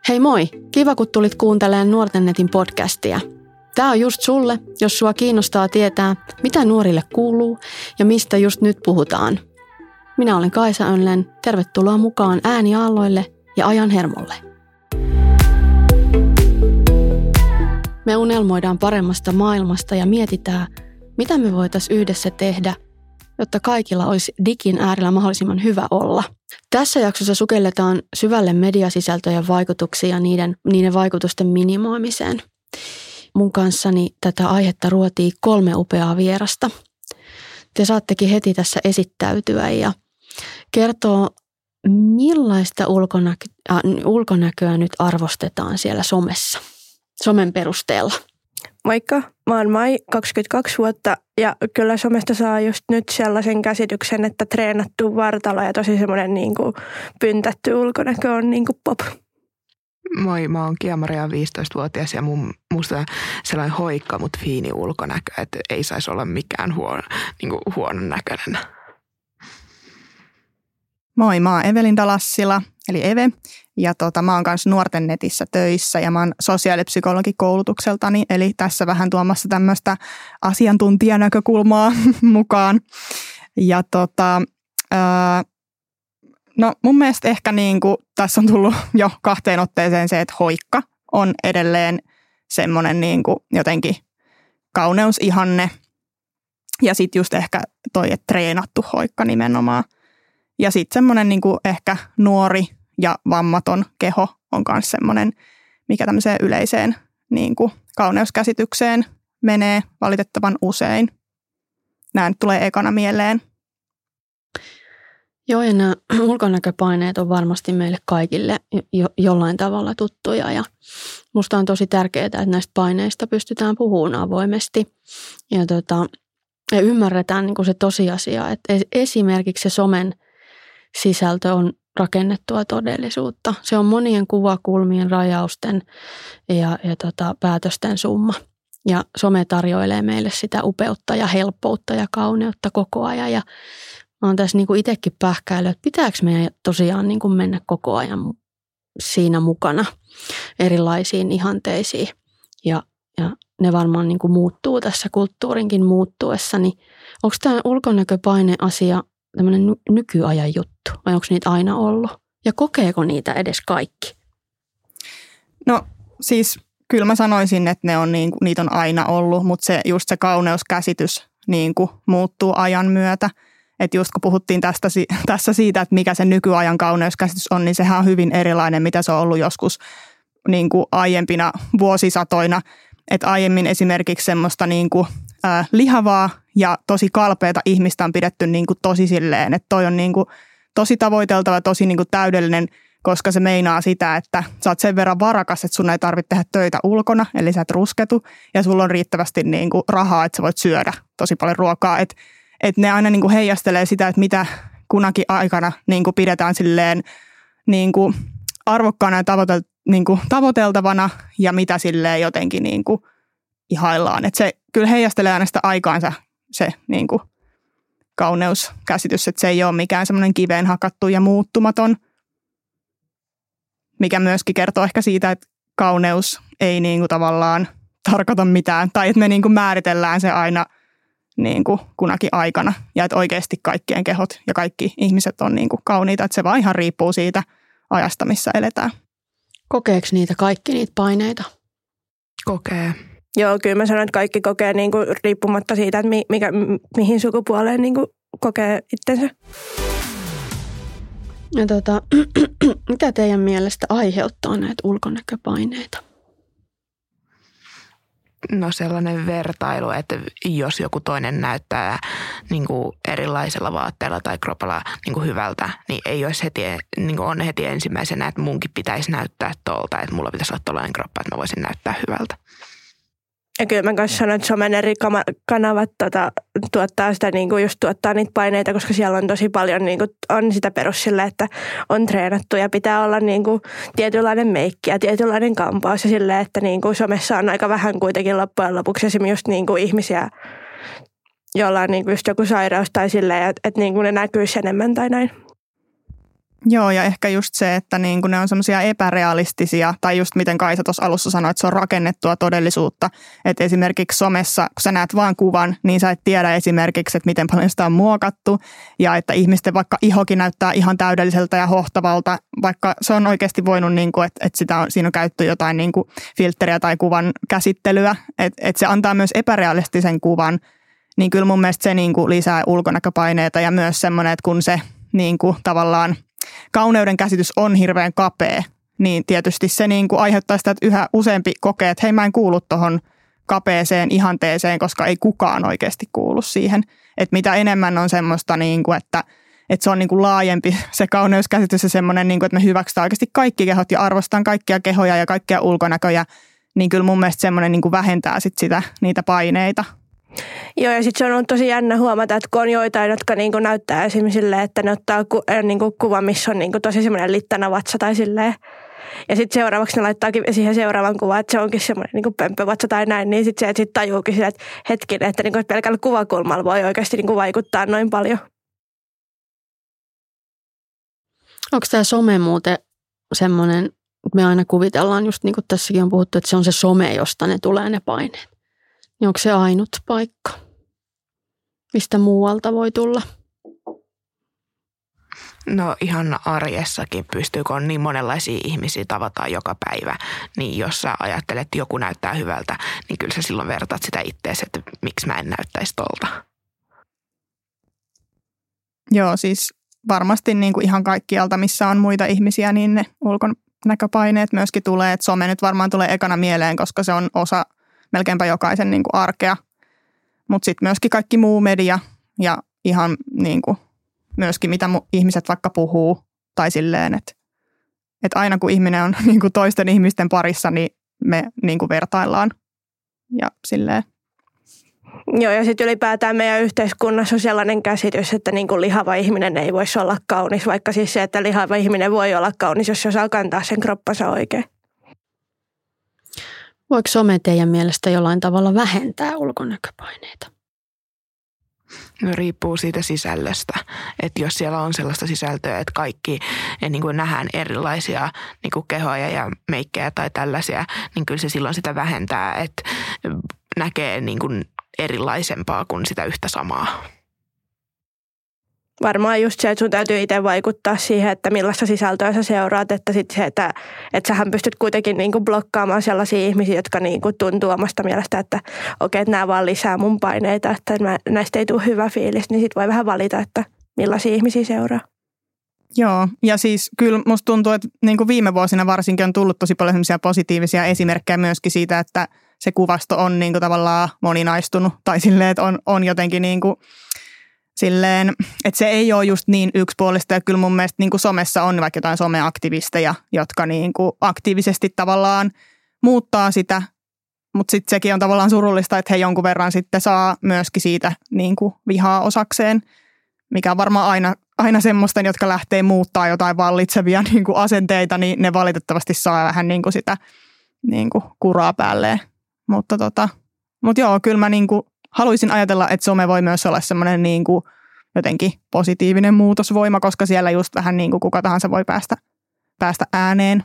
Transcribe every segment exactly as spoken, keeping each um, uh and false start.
Hei moi! Kiva, kun tulit kuuntelemaan Nuorten netin podcastia. Tämä on just sulle, jos sua kiinnostaa tietää, mitä nuorille kuuluu ja mistä just nyt puhutaan. Minä olen Kaisa Önlen. Tervetuloa mukaan ääniaalloille ja ajan hermolle. Me unelmoidaan paremmasta maailmasta ja mietitään, mitä me voitaisiin yhdessä tehdä, jotta kaikilla olisi digin äärellä mahdollisimman hyvä olla. Tässä jaksossa sukelletaan syvälle mediasisältöjen vaikutuksia ja niiden, niiden vaikutusten minimoimiseen. Mun kanssani tätä aihetta ruotii kolme upeaa vierasta. Te saattekin heti tässä esittäytyä ja kertoa, millaista ulkonäkö, äh, ulkonäköä nyt arvostetaan siellä somessa, somen perusteella. Moikka, mä oon Mai, kaksikymmentäkaksi vuotta ja kyllä somesta saa just nyt sellaisen käsityksen, että treenattu vartalo ja tosi semmoinen niin kuin pyntätty ulkonäkö on niin kuin pop. Moi, mä oon Kia-Maria, viisitoistavuotias ja mun, musta sellainen hoikka, mutta fiini ulkonäkö, että ei saisi olla mikään huono, niin kuin huonon näköinen. Moi, mä oon Evelinda Lassila, eli Eve, ja tota, mä oon kanssa Nuorten netissä töissä ja mä oon sosiaalipsykologikoulutukseltani, eli tässä vähän tuomassa tämmöistä asiantuntijanäkökulmaa mukaan. Ja tota, ää, no mun mielestä ehkä niin kuin tässä on tullut jo kahteen otteeseen se, että hoikka on edelleen semmoinen niin kuin jotenkin kauneusihanne. Ja sitten just ehkä toi, että treenattu hoikka nimenomaan. Ja sitten semmoinen niin kuin ehkä nuori ja vammaton keho on myös semmoinen, mikä tämmöiseen yleiseen niin kuin kauneuskäsitykseen menee valitettavan usein. Nämä nyt tulee ekana mieleen. Joo, ja nämä ulkonäköpaineet on varmasti meille kaikille jo- jollain tavalla tuttuja. Ja musta on tosi tärkeää, että näistä paineista pystytään puhumaan avoimesti. Ja, tota, ja ymmärretään niin kuin se tosiasia, että esimerkiksi se somen sisältö on rakennettua todellisuutta. Se on monien kuvakulmien, rajausten ja, ja tota, päätösten summa. Ja some tarjoilee meille sitä upeutta ja helppoutta ja kauneutta koko ajan. Ja mä oon tässä niinku itsekin pähkäillyt, että pitääkö meidän tosiaan niinku mennä koko ajan siinä mukana erilaisiin ihanteisiin. Ja, ja ne varmaan niinku muuttuu tässä kulttuurinkin muuttuessa. Niin onko tämä ulkonäköpaine-asia tämmöinen nykyajan juttu, vai onko niitä aina ollut? Ja kokeeko niitä edes kaikki? No siis kyllä mä sanoisin, että ne on niin, niitä on aina ollut, mutta se, just se kauneuskäsitys niin kuin muuttuu ajan myötä. Että just kun puhuttiin tästä, tässä siitä, että mikä se nykyajan kauneuskäsitys on, niin sehän on hyvin erilainen, mitä se on ollut joskus niin kuin aiempina vuosisatoina. Että aiemmin esimerkiksi semmoista niin kuin, ää, lihavaa ja tosi kalpeata ihmistä on pidetty niin kuin tosi silleen, että toi on niin kuin tosi tavoiteltava, tosi niin kuin täydellinen, koska se meinaa sitä, että sä oot sen verran varakas, että sun ei tarvitse tehdä töitä ulkona, eli sä et rusketu, ja sulla on riittävästi niin kuin rahaa, että sä voit syödä tosi paljon ruokaa. Että et ne aina niin kuin heijastelee sitä, että mitä kunakin aikana niin kuin pidetään silleen niin kuin arvokkaana ja tavoitel, niin kuin tavoiteltavana, ja mitä silleen jotenkin niin kuin ihaillaan. Että se kyllä heijastelee aina sitä aikaansa se niin kuin kauneuskäsitys, että se ei ole mikään semmoinen kiveen hakattu ja muuttumaton, mikä myöskin kertoo ehkä siitä, että kauneus ei niin kuin tavallaan tarkoita mitään, tai että me niin kuin määritellään se aina niin kuin kunakin aikana, ja että oikeasti kaikkien kehot ja kaikki ihmiset on niin kuin kauniita, että se vaan ihan riippuu siitä ajasta, missä eletään. Kokeeko niitä kaikki niitä paineita? Kokee. Joo, kyllä mä sanon, että kaikki kokee niin kuin, riippumatta siitä, että mi, mikä, mihin sukupuoleen niin kuin, kokee itsensä. Ja tota, mitä teidän mielestä aiheuttaa näitä ulkonäköpaineita? No sellainen vertailu, että jos joku toinen näyttää niin kuin erilaisella vaatteella tai kropalla niin kuin hyvältä, niin ei olisi heti, niin kuin on heti ensimmäisenä, että munkin pitäisi näyttää tuolta, että mulla pitäisi olla tollainen kroppa, että mä voisin näyttää hyvältä. Ja kyllä mä kanssa sanon, että somen eri kanavat tota, tuottaa sitä, niin kuin just tuottaa niitä paineita, koska siellä on tosi paljon, niin kuin, on sitä perus sille, että on treenattu ja pitää olla niin kuin, tietynlainen meikki ja tietynlainen kampaus ja silleen, että niin kuin, somessa on aika vähän kuitenkin loppujen lopuksi esimerkiksi just niin kuin ihmisiä, joilla on niin kuin just joku sairaus tai silleen, että, että niin kuin ne näkyisi enemmän tai näin. Joo, ja ehkä just se, että niin kun ne on semmoisia epärealistisia, tai just miten Kaisa tuossa alussa sanoi, että se on rakennettua todellisuutta. Että esimerkiksi somessa, kun sä näet vaan kuvan, niin sä et tiedä esimerkiksi, että miten paljon sitä on muokattu, ja että ihmisten vaikka ihokin näyttää ihan täydelliseltä ja hohtavalta, vaikka se on oikeasti voinut, niin kun, että, että sitä on, siinä on käytetty jotain niin kun filtteriä tai kuvan käsittelyä, että, että se antaa myös epärealistisen kuvan, niin kyllä mun mielestä se niin kun lisää ulkonäköpaineita, ja myös semmoinen, että kun se niin kun tavallaan kauneuden käsitys on hirveän kapea, niin tietysti se niin kuin aiheuttaa sitä, että yhä useampi kokee, että hei, mä en kuulu tuohon kapeeseen ihanteeseen, koska ei kukaan oikeasti kuulu siihen. Että mitä enemmän on semmoista, niin kuin, että, että se on niin kuin laajempi se kauneuskäsitys ja semmoinen, niin kuin, että me hyväksytään oikeasti kaikki kehot ja arvostetaan kaikkia kehoja ja kaikkia ulkonäköjä, niin kyllä mun mielestä semmoinen niin kuin vähentää sit sitä, niitä paineita. Joo, ja sitten se on ollut tosi jännä huomata, että kun on joitain, jotka niinku näyttää esimerkiksi silleen, että ne ottaa ku, niinku kuva, missä on niinku tosi semmoinen littana vatsa tai silleen. Ja sitten seuraavaksi ne laittaakin siihen seuraavan kuvan, että se onkin semmoinen niinku pömpövatsa tai näin, niin sitten se sit tajuukin silleen, että hetkinen, että niinku pelkällä kuvakulmalla voi oikeasti niinku vaikuttaa noin paljon. Onko tämä some muuten semmoinen, että me aina kuvitellaan, just niin kuin tässäkin on puhuttu, että se on se some, josta ne tulee ne paineet. Niin onko se ainut paikka, mistä muualta voi tulla? No ihan arjessakin pystyy, kun on niin monenlaisia ihmisiä tavataan joka päivä, niin jos sä ajattelet, että joku näyttää hyvältä, niin kyllä sä silloin vertaat sitä ittees, että miksi mä en näyttäisi tolta. Joo, siis varmasti niin kuin ihan kaikkialta, missä on muita ihmisiä, niin ne ulkonäköpaineet myöskin tulee. Et some nyt varmaan tulee ekana mieleen, koska se on osa melkeinpä jokaisen niin kuin arkea, mutta sitten myöskin kaikki muu media ja ihan niin kuin myöskin mitä ihmiset vaikka puhuu tai silleen, että, että aina kun ihminen on niin kuin toisten ihmisten parissa, niin me niin kuin vertaillaan ja silleen. Joo, ja sitten ylipäätään meidän yhteiskunnassa on sellainen käsitys, että niin kuin lihava ihminen ei voisi olla kaunis, vaikka siis se, että lihava ihminen voi olla kaunis, jos se osaa kantaa sen kroppansa oikein. Voiko some teidän mielestä jollain tavalla vähentää ulkonäköpaineita? No riippuu siitä sisällöstä. Että jos siellä on sellaista sisältöä, että kaikki niin kuin nähdään erilaisia niin kuin kehoja ja meikkejä tai tällaisia, niin kyllä se silloin sitä vähentää, että näkee niin kuin erilaisempaa kuin sitä yhtä samaa. Varmaan just se, että sun täytyy itse vaikuttaa siihen, että millaista sisältöä sä seuraat, että sit se, että, että sähän pystyt kuitenkin niinku blokkaamaan sellaisia ihmisiä, jotka niinku tuntuu omasta mielestä, että okei, että nämä vaan lisää mun paineita, että mä, näistä ei tule hyvä fiilis, niin sit voi vähän valita, että millaisia ihmisiä seuraa. Joo, ja siis kyllä musta tuntuu, että niin kuin viime vuosina varsinkin on tullut tosi paljon sellaisia positiivisia esimerkkejä myöskin siitä, että se kuvasto on niin kuin tavallaan moninaistunut tai silleen, että on, on jotenkin niin kuin silleen, että se ei ole just niin yksipuolista ja kyllä mun mielestä niin kuin somessa on vaikka jotain someaktivisteja, jotka niin kuin aktiivisesti tavallaan muuttaa sitä, mutta sitten sekin on tavallaan surullista, että he jonkun verran sitten saa myöskin siitä niin kuin vihaa osakseen, mikä on varmaan aina, aina semmoisten, jotka lähtee muuttaa jotain vallitsevia niin kuin asenteita, niin ne valitettavasti saa vähän niin kuin sitä niin kuin kuraa päälleen. Mutta tota, mut joo, kyllä mä niin kuin haluaisin ajatella, että some voi myös olla semmoinen niin kuin jotenkin positiivinen muutosvoima, koska siellä just vähän niin kuin kuka tahansa voi päästä, päästä ääneen.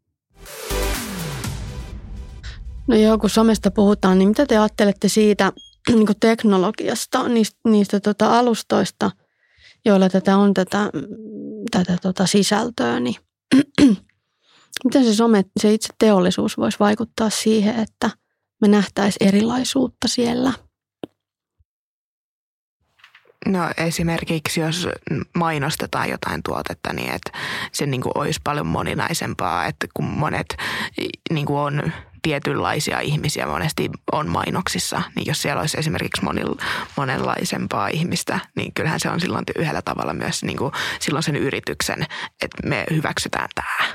No joo, kun somesta puhutaan, niin mitä te ajattelette siitä niin kuin teknologiasta, niistä, niistä tota alustoista, joilla tätä on tätä, tätä tota sisältöä, niin miten se some, se itse teollisuus voisi vaikuttaa siihen, että me nähtäisiin erilaisuutta siellä? No esimerkiksi jos mainostetaan jotain tuotetta, niin että se niin kuin olisi paljon moninaisempaa, että kun monet niin kuin on tietynlaisia ihmisiä monesti on mainoksissa, niin jos siellä olisi esimerkiksi monil, monenlaisempaa ihmistä, niin kyllähän se on silloin yhdellä tavalla myös niin kuin silloin sen yrityksen, että me hyväksytään tämä.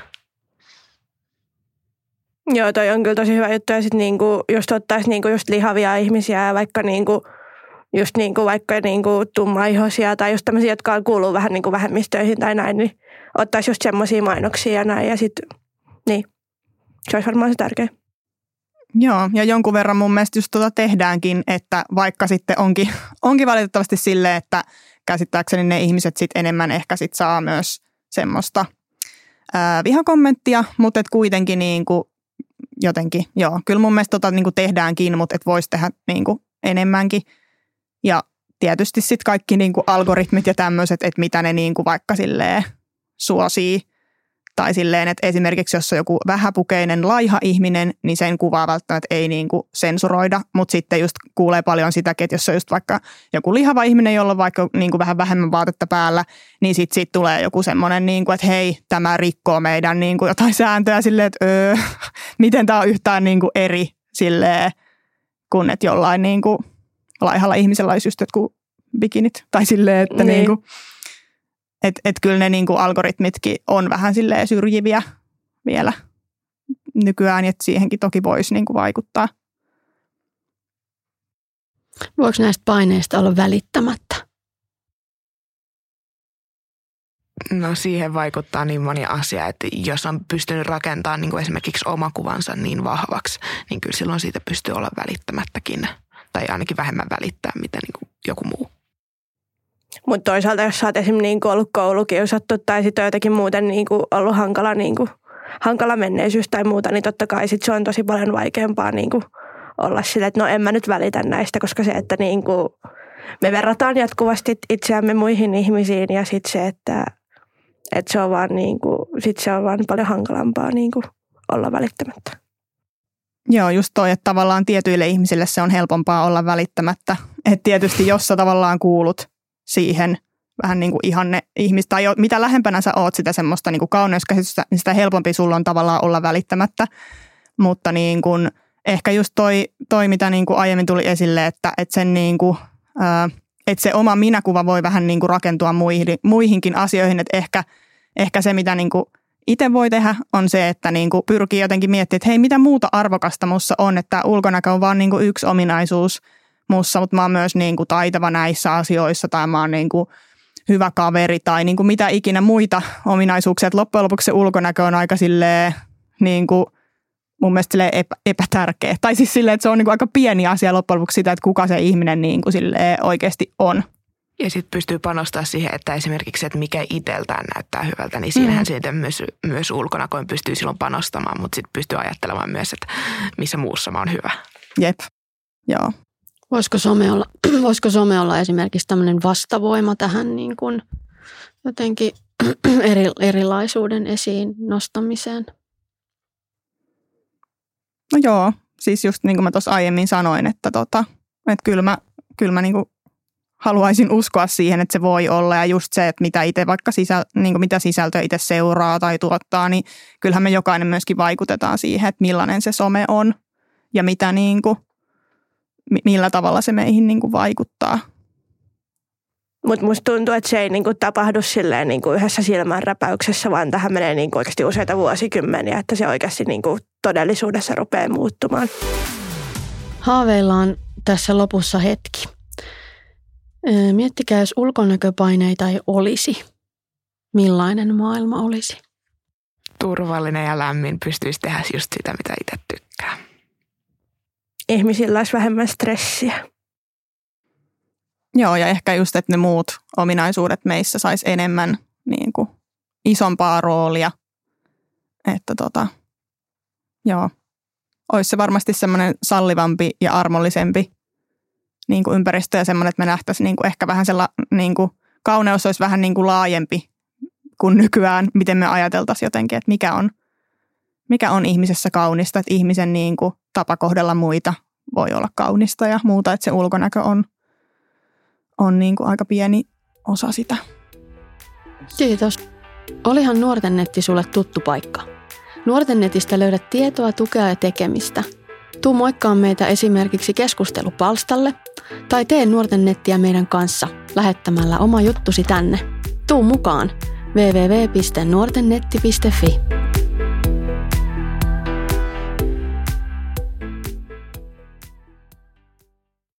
Joo, toi on kyllä tosi hyvä juttu ja sitten niinku, just ottaisi niinku just lihavia ihmisiä ja vaikka niinku just niinku vaikka niinku tummaihoisia tai just tämmöisiä, jotka kuuluu vähän niinku vähemmistöihin tai näin, niin ottaisi just semmoisia mainoksia ja näin ja sitten, niin, se olisi varmaan se tärkeä. Joo, ja jonkun verran mun mielestä just tuota tehdäänkin, että vaikka sitten onkin, onkin valitettavasti silleen, että käsittääkseni ne ihmiset sitten enemmän ehkä sitten saa myös semmoista ää, vihakommenttia, mutta et kuitenkin niin kuin jotenkin, joo, kyllä mun mielestä tota niin kuin tehdäänkin, mutta et voisi tehdä niin kuin enemmänkin. Ja tietysti sitten kaikki niin kuin algoritmit ja tämmöiset, että mitä ne niin kuin vaikka silleen suosii. Tai silleen, että esimerkiksi jos on joku vähäpukeinen laiha ihminen, niin sen kuvaa välttämättä ei niin kuin sensuroida. Mutta sitten just kuulee paljon sitäkin, että jos on just vaikka joku lihava ihminen, jolla on vaikka niin kuin vähän vähemmän vaatetta päällä, niin sitten sit tulee joku semmoinen, niin kuin, että hei, tämä rikkoo meidän niin kuin jotain sääntöjä silleen, että öö, miten tämä on yhtään niin kuin eri silleen, kun että jollain niin kuin laihalla ihmisellä olisi just jotkut bikinit. Tai silleen, että niin. Niin kuin, Että et kyllä ne niinku algoritmitkin on vähän silleen syrjiviä vielä nykyään, että siihenkin toki voisi niinku vaikuttaa. Voiko näistä paineista olla välittämättä? No siihen vaikuttaa niin moni asia, että jos on pystynyt rakentamaan niin kuin esimerkiksi omakuvansa niin vahvaksi, niin kyllä silloin siitä pystyy olla välittämättäkin. Tai ainakin vähemmän välittää, mitä niin kuin joku muu. Mutta toisaalta, jos sä oot esimerkiksi niinku ollut koulukiusattu tai sitten on jotenkin muuten niinku ollut hankala, niinku, hankala menneisyys tai muuta, niin totta kai sit se on tosi paljon vaikeampaa niinku olla sillä, että no en mä nyt välitä näistä, koska se, että niinku me verrataan jatkuvasti itseämme muihin ihmisiin ja sitten se, että, että se on vaan niinku, sit se on vaan paljon hankalampaa niinku olla välittämättä. Joo, just toi, että tavallaan tietyille ihmisille se on helpompaa olla välittämättä. Että tietysti jos sä tavallaan kuulut siihen vähän niin kuin ihanne ihmistä, tai mitä lähempänä sä oot sitä semmoista niin kuin kauneuskäsitystä, niin sitä helpompi sulla on tavallaan olla välittämättä. Mutta niin kuin, ehkä just toi, toi mitä niin kuin aiemmin tuli esille, että, että, sen niin kuin, ää, että se oma minäkuva voi vähän niin kuin rakentua muihin, muihinkin asioihin. Että ehkä, ehkä se, mitä niin kuin itse voi tehdä, on se, että niin kuin pyrkii jotenkin miettimään, että hei, mitä muuta arvokasta mussa on, että ulkonäkö on vaan niin kuin yksi ominaisuus mussa, mutta mä oon myös niin kuin taitava näissä asioissa tai mä oon niin kuin hyvä kaveri tai niin kuin mitä ikinä muita ominaisuuksia. Että loppujen lopuksi se ulkonäkö on aika silleen niin kuin mun mielestä silleen epä, epätärkeä. Tai siis silleen, että se on niin kuin aika pieni asia loppujen lopuksi sitä, että kuka se ihminen niin kuin silleen oikeasti on. Ja sitten pystyy panostamaan siihen, että esimerkiksi, että mikä itseltään näyttää hyvältä, niin siinähän mm. siitä myös, myös ulkonakoin pystyy silloin panostamaan, mutta sitten pystyy ajattelemaan myös, että missä muussa mä oon hyvä. Jep, joo. Voisiko some olla, voisiko some olla esimerkiksi tämmöinen vastavoima tähän niin kuin jotenkin eri, erilaisuuden esiin nostamiseen? No joo, siis just niin kuin mä tuossa aiemmin sanoin, että, tota, että kyllä mä, kyllä mä niin kuin haluaisin uskoa siihen, että se voi olla ja just se, että mitä itse vaikka sisä, niin kuin mitä sisältöä itse seuraa tai tuottaa, niin kyllähän me jokainen myöskin vaikutetaan siihen, että millainen se some on ja mitä niin kuin, millä tavalla se meihin niin kuin vaikuttaa. Mutta musta tuntuu, että se ei niinku tapahdu silleen niinku yhdessä silmänräpäyksessä, vaan tähän menee niinku oikeasti useita vuosikymmeniä, että se oikeasti niinku todellisuudessa rupeaa muuttumaan. Haaveillaan tässä lopussa hetki. Miettikää, jos ulkonäköpaineita ei olisi. Millainen maailma olisi? Turvallinen ja lämmin, pystyisi tehdä just sitä, mitä itse tykkää. Ihmisillä olisi vähemmän stressiä. Joo, ja ehkä just, että ne muut ominaisuudet meissä saisi enemmän niin kuin isompaa roolia. Että tota, joo, olisi se varmasti semmoinen sallivampi ja armollisempi niin kuin ympäristö ja semmoinen, että me nähtäisiin niin kuin ehkä vähän sellainen, niin kuin kauneus olisi vähän niin kuin laajempi kuin nykyään, miten me ajateltaisiin jotenkin, että mikä on, mikä on ihmisessä kaunista, että ihmisen niin kuin tapa kohdella muita voi olla kaunista ja muuta, että se ulkonäkö on, on niin kuin aika pieni osa sitä. Kiitos. Olihan Nuorten netti sulle tuttu paikka. Nuorten netistä löydät tietoa, tukea ja tekemistä. Tuu moikkaa meitä esimerkiksi keskustelupalstalle tai tee Nuorten nettiä meidän kanssa lähettämällä oma juttusi tänne. Tuu mukaan double-u double-u double-u piste nuortennetti piste fi.